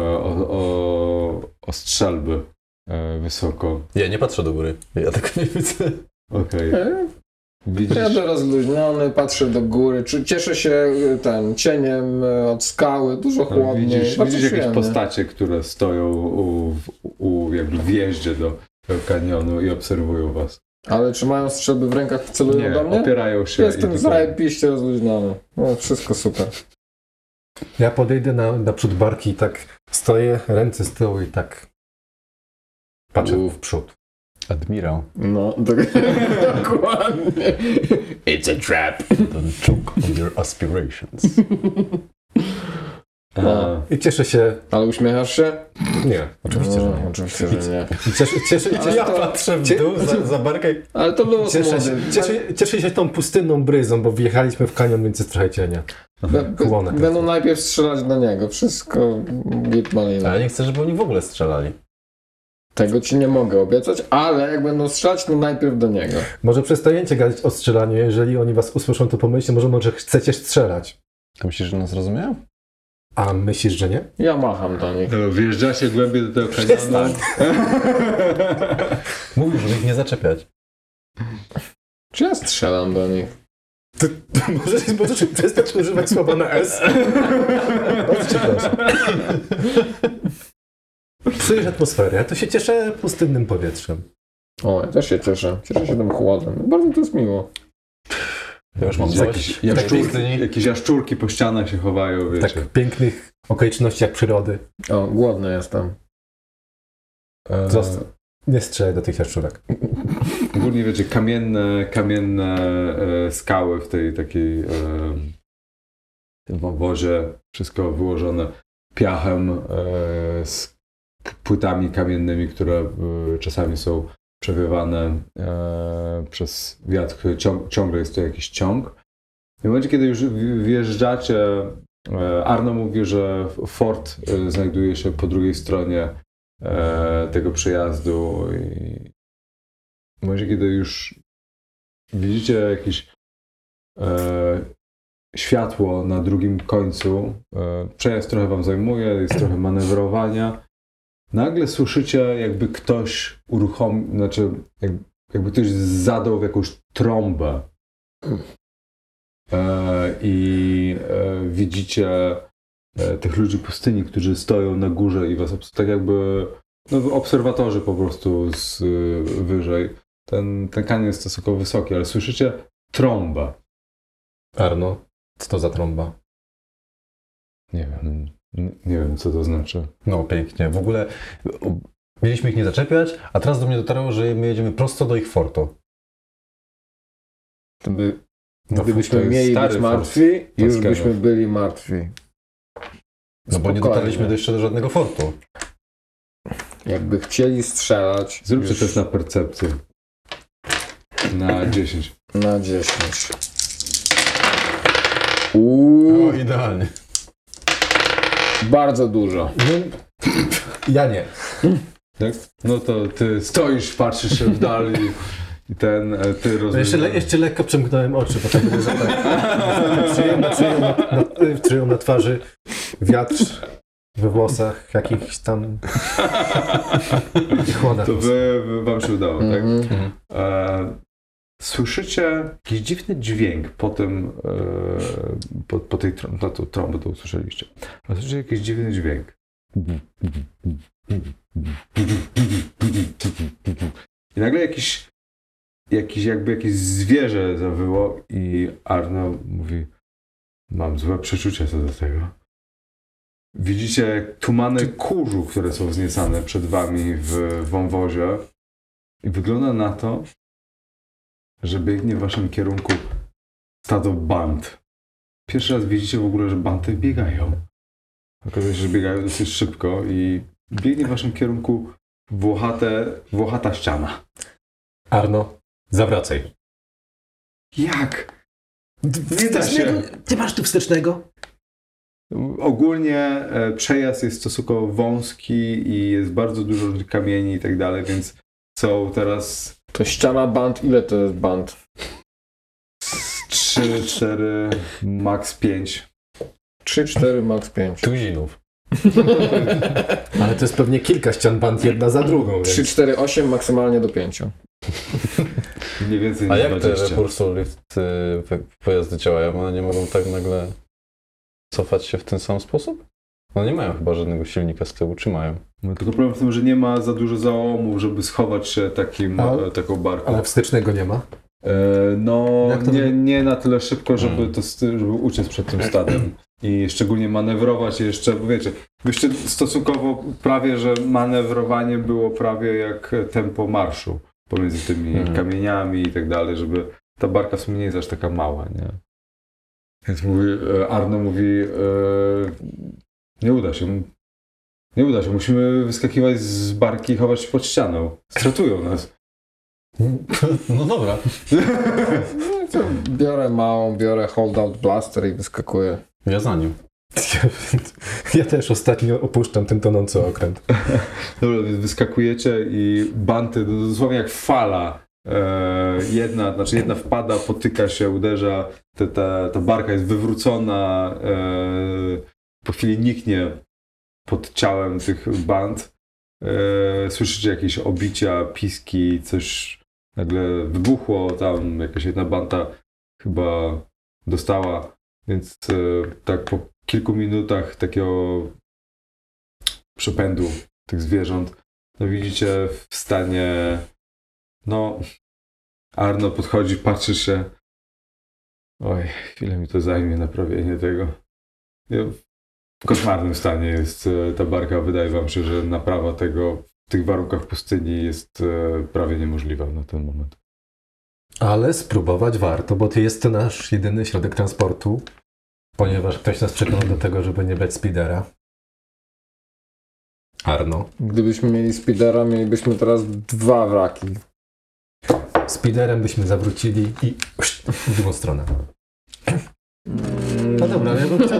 o strzelby wysoko. Ja nie patrzę do góry. Ja tego nie widzę. Okej. Ja Widzisz, rozluźniony, patrzę do góry, cieszę się cieniem od skały, dużo chłodniej. widzisz Bardzo jakieś przyjemnie. postacie, które stoją u jakby wjeździe do kanionu i obserwują was. Ale czy mają strzelby w rękach, celują Nie, do mnie? opierają się. Jestem i zajebiście rozluźniony. No, wszystko super. Ja podejdę naprzód barki i tak stoję, ręce z tyłu i tak patrzę w przód. Admirał. No, dokładnie. It's a trap. Don't choke on your aspirations. No. I cieszę się... Ale uśmiechasz się? Nie, oczywiście, że nie. Oczywiście, że nie. I cieszę Ja patrzę w dół za barkę. Ale to było Cieszę młody. cieszę się tą pustynną bryzą, bo wjechaliśmy w kanion, więc jest trochę cienia. Chłonę. Będą najpierw strzelać do niego. Wszystko git malina. Ale nie chcę, żeby oni w ogóle strzelali. Tego ci nie mogę obiecać, ale jak będą strzelać, to najpierw do niego. Może przestaniecie gadać o strzelaniu, jeżeli oni was usłyszą, to pomyślcie, może chcecie strzelać. To myślisz, że nas rozumieją? A myślisz, że nie? Ja macham do nich. No, wjeżdżacie głębiej do tego kanionu. Mówisz, żeby ich nie zaczepiać. Czy ja strzelam do nich? Możesz przestać używać słowa na S? Bardzo cię proszę. Psujesz atmosferę, ja to się cieszę pustynnym powietrzem. O, ja też się cieszę. Cieszę się tym chłodem. Bardzo to jest miło. Ja już mam Jakieś jakieś jaszczurki po ścianach się chowają, wiecie. Tak, pięknych okolicznościach przyrody. O, głodny jestem. Nie strzelaj do tych jaszczurek. Ogólnie wiecie, kamienne skały w tej takiej tym wąwozie, wszystko wyłożone piachem z płytami kamiennymi, które czasami są przewiewane przez wiatr. Ciągle jest to jakiś ciąg. W momencie, kiedy już wjeżdżacie, Arno mówi, że fort znajduje się po drugiej stronie tego przejazdu i w momencie, kiedy już widzicie jakieś światło na drugim końcu, przejazd trochę wam zajmuje, jest trochę manewrowania. Nagle słyszycie, jakby ktoś uruchomił, znaczy jakby ktoś zadał w jakąś trąbę. I widzicie tych ludzi pustyni, którzy stoją na górze i was tak jakby obserwatorzy po prostu z wyżej. Ten kanion jest stosunkowo wysoki, ale słyszycie trąbę. Arno, co to za trąba? Nie wiem, co to znaczy. No pięknie. W ogóle mieliśmy ich nie zaczepiać, a teraz do mnie dotarło, że my jedziemy prosto do ich fortu. Gdybyśmy mieli być martwi, już byśmy byli martwi. No bo nie dotarliśmy jeszcze do żadnego fortu. Jakby chcieli strzelać... Zróbcie test na percepcję. Na 10. Na 10. No idealnie. Bardzo dużo. Ja nie. Tak? No to ty stoisz, patrzysz się w dal i ty rozumiesz. Jeszcze lekko przymknąłem oczy, bo tak będzie za Czuję na twarzy wiatr we włosach, jakichś tam chłodach. To wam się udało, tak? Słyszycie jakiś dziwny dźwięk po tym, po tej trąbie to usłyszeliście. Ale słyszycie jakiś dziwny dźwięk. I nagle jakieś zwierzę zawyło i Arno mówi: mam złe przeczucia co do tego. Widzicie tumany kurzu, które są wzniecane przed wami w wąwozie i wygląda na to, że biegnie w waszym kierunku stado bant. Pierwszy raz widzicie w ogóle, że banty biegają. Okazuje się, że biegają dosyć szybko i biegnie w waszym kierunku włochata ściana. Arno, zawracaj. Jak? Nie da się. Ty masz tu wstecznego? Ogólnie przejazd jest stosunkowo wąski i jest bardzo dużo kamieni i tak dalej, więc są teraz... To ściana band, ile to jest band? 3, 4, max 5. 3, 4, max 5. Tuzinów. Ale to jest pewnie kilka ścian band, jedna za drugą. 3, 4, 8, maksymalnie do 5. Mniej więcej A niż jak 20. te repulsor lift pojazdy działają? One nie mogą tak nagle cofać się w ten sam sposób? One nie mają chyba żadnego silnika z tyłu, czy mają? No, tylko problem w tym, że nie ma za dużo załomów, żeby schować się taką barką. Ale wstecznego nie ma? No, Jak to nie na tyle szybko, żeby uciec przed tym stadem. I szczególnie manewrować jeszcze, bo wiecie, wyście stosunkowo prawie, że manewrowanie było prawie jak tempo marszu pomiędzy tymi kamieniami i tak dalej, żeby ta barka w sumie nie jest aż taka mała, nie? Więc Arno mówi, nie uda się, musimy wyskakiwać z barki i chować się pod ścianą. Stratują nas. No dobra. No to biorę holdout blaster i wyskakuję. Ja za nim. Ja też ostatnio opuszczam ten tonący okręt. Dobra, więc wyskakujecie i banty, dosłownie jak fala. Jedna wpada, potyka się, uderza, ta barka jest wywrócona, po chwili niknie pod ciałem tych band. Słyszycie jakieś obicia, piski, coś nagle wybuchło, tam jakaś jedna banda chyba dostała, więc tak po kilku minutach takiego przepędu tych zwierząt, no widzicie w stanie, no Arno podchodzi, patrzy się, oj, chwilę mi to zajmie naprawienie tego. W koszmarnym stanie jest ta barka, wydaje wam się, że naprawa tego w tych warunkach pustyni jest prawie niemożliwa na ten moment. Ale spróbować warto, bo to jest to nasz jedyny środek transportu, ponieważ ktoś nas przekonał do tego, żeby nie brać speedera. Arno. Gdybyśmy mieli speedera, mielibyśmy teraz 2 wraki. Speederem byśmy zawrócili i w drugą stronę. No dobra, ja bym chciał...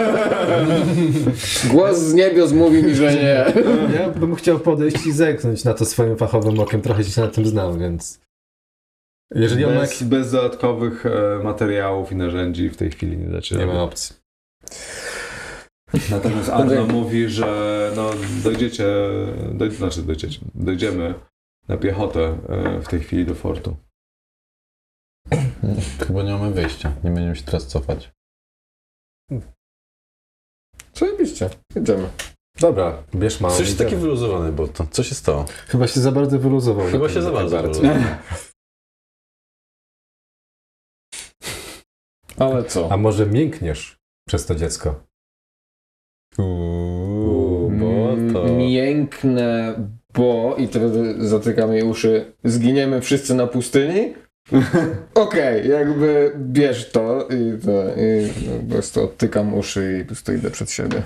Głos z niebios mówi mi, że nie. Ja bym chciał podejść i zerknąć na to swoim fachowym okiem, trochę się na tym znam, więc... Jeżeli on ma jakieś... Bez dodatkowych materiałów i narzędzi w tej chwili nie dacie. Nie ma opcji. Natomiast Arno mówi, że no dojdziemy na piechotę w tej chwili do fortu. Chyba nie mamy wyjścia. Nie będziemy się teraz cofać. Zajebiście, jedziemy. Dobra, bierz małą. Coś idziemy. taki wyluzowany, bo to co się stało? Chyba się za bardzo wyluzował. Chyba się za bardzo wyluzował. Ale co? A może miękniesz przez to dziecko? Bo to... Miękne, bo i wtedy zatykam jej uszy. Zginiemy wszyscy na pustyni? Okej, jakby bierz to i po prostu odtykam uszy i po prostu idę przed siebie.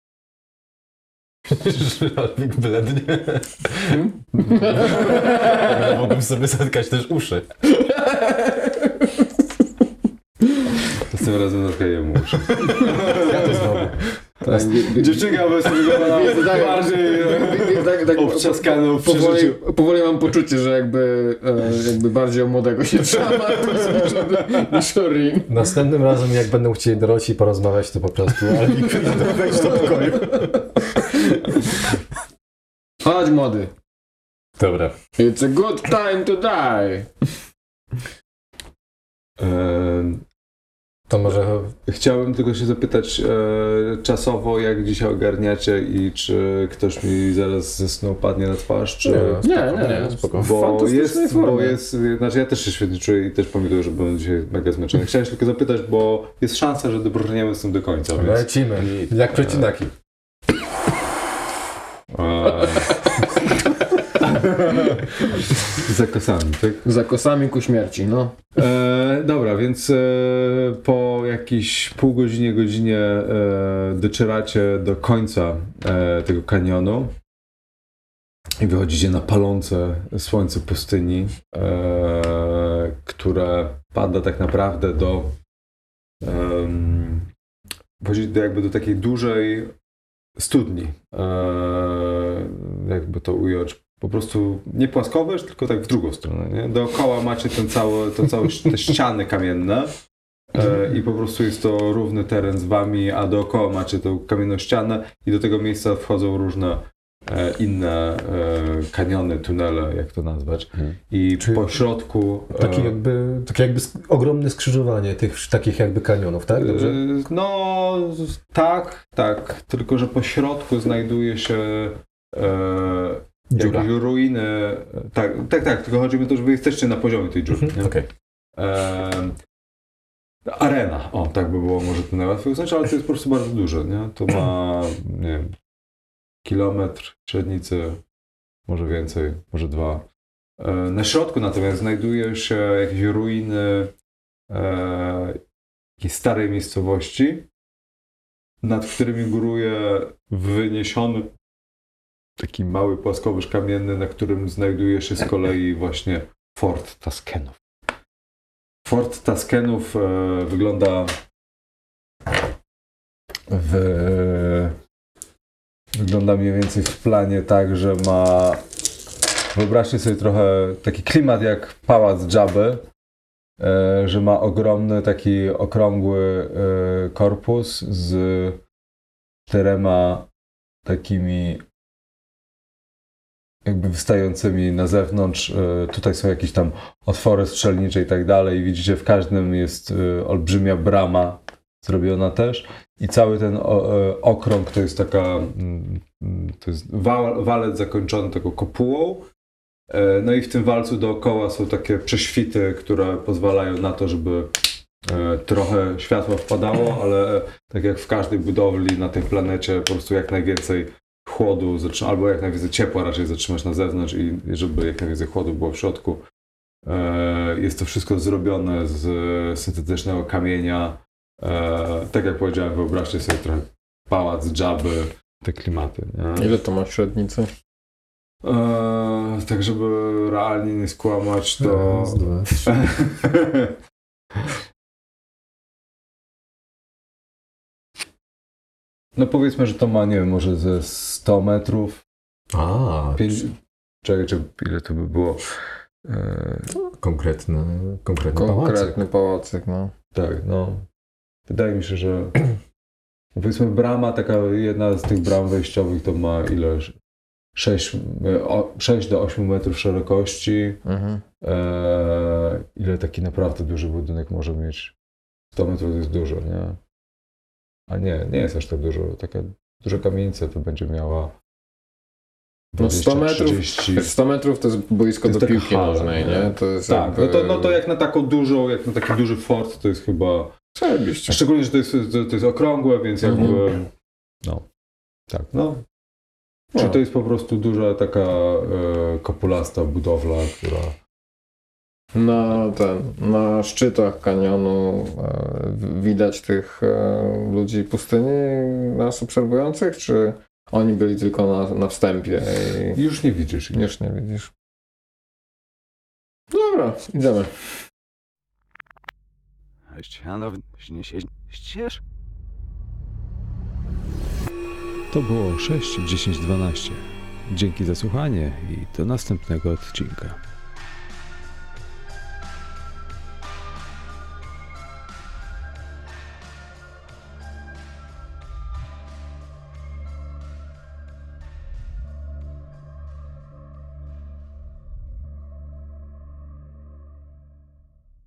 Alwik blednie. Mógłbym sobie zatkać też uszy. Z tym razem zatkaję mu uszy. Ja to zrobię. Dziewczynka by sobie wyglądała bardziej obtrzaskana w przeżyciu. Powoli mam poczucie, że jakby bardziej o młodego się trzyma niż o Rin. Następnym razem, jak będą chcieli dorośli porozmawiać, to po prostu Alwik wejść do pokoju. Chodź młody. Dobra. It's a good time to die. To może... Chciałbym tylko się zapytać czasowo, jak dzisiaj ogarniacie i czy ktoś mi zaraz ze snu padnie na twarz, czy... Nie, spoko. Bo jest, znaczy ja też się świetnie czuję i też pomidor, że byłem dzisiaj mega zmęczony. Chciałem się tylko zapytać, bo jest szansa, że dobrniemy z tym do końca, więc... Lecimy. Jak przecinaki. Za kosami, tak? Za kosami ku śmierci, no. Dobra, więc po jakiejś pół godzinie docieracie do końca tego kanionu i wychodzicie na palące słońce pustyni, które pada tak naprawdę wchodzicie jakby do takiej dużej studni, jakby to ująć. Po prostu nie płaskowyż, tylko tak w drugą stronę. Nie? Dookoła macie te ściany kamienne i po prostu jest to równy teren z wami, a dookoła macie tą kamienną ścianę i do tego miejsca wchodzą różne inne kaniony, tunele, jak to nazwać. I Czyli po środku... Takie jakby ogromne skrzyżowanie tych takich jakby kanionów, tak? Dobrze? No, tak. Tylko, że po środku znajduje się Dziura. jakieś ruiny. Tak, tylko chodzi mi o to, że wy jesteście na poziomie tej dziury. nie? Okej. Arena, tak by było może to najłatwiej uznać, ale to jest po prostu bardzo duże, nie? To ma, nie wiem, kilometr średnicy, może więcej, może 2. Na środku natomiast znajdują się jakieś ruiny jakiejś starej miejscowości, nad którymi góruje wyniesiony taki mały płaskowyż kamienny, na którym znajduje się z kolei właśnie Fort Tuskenów. Fort Tuskenów wygląda mniej więcej w planie tak, że ma, wyobraźcie sobie trochę taki klimat jak pałac Jabby, że ma ogromny taki okrągły korpus z 4 takimi jakby wystającymi na zewnątrz. Tutaj są jakieś tam otwory strzelnicze i tak dalej. Widzicie, w każdym jest olbrzymia brama zrobiona też. I cały ten okrąg to jest to jest walec zakończony taką kopułą. No i w tym walcu dookoła są takie prześwity, które pozwalają na to, żeby trochę światła wpadało, ale tak jak w każdej budowli na tej planecie po prostu jak najwięcej chłodu, albo jak najwięcej ciepła raczej zatrzymać na zewnątrz i żeby jak najwięcej chłodu było w środku. Jest to wszystko zrobione z syntetycznego kamienia. Tak jak powiedziałem, wyobraźcie sobie trochę pałac Jabby, te klimaty. Nie? Ile to ma średnicy? Tak, żeby realnie nie skłamać, to... Raz, dwa, trzy. No powiedzmy, że to ma, nie wiem, może ze 100 metrów. A, Czekaj, ile to by było? konkretny pałacyk. Konkretny pałacyk, no. Tak, no. Wydaje mi się, że powiedzmy brama, taka jedna z tych bram wejściowych to ma ile? 6 do 8 metrów szerokości. Mhm. Ile taki naprawdę duży budynek może mieć? 100 metrów to jest dużo, nie? A nie jest aż tak dużo. Taka duża kamienica to będzie miała No 100 metrów, 30. 100 metrów to jest boisko To jest do taka piłki hala, nożnej, nie? To jest Tak, jakby... no to jak na taką dużą, jak na taki duży fort, to jest chyba... Zajebiście. Szczególnie, że to jest okrągłe, więc jakby... No. Tak, no. Czy to jest po prostu duża taka kopulasta budowla, która... Na szczytach kanionu widać tych ludzi pustyni, nas obserwujących, czy oni byli tylko na wstępie i Już nie widzisz ich. już nie widzisz? Dobra, idziemy. To było 6, 10, 12. Dzięki za słuchanie i do następnego odcinka.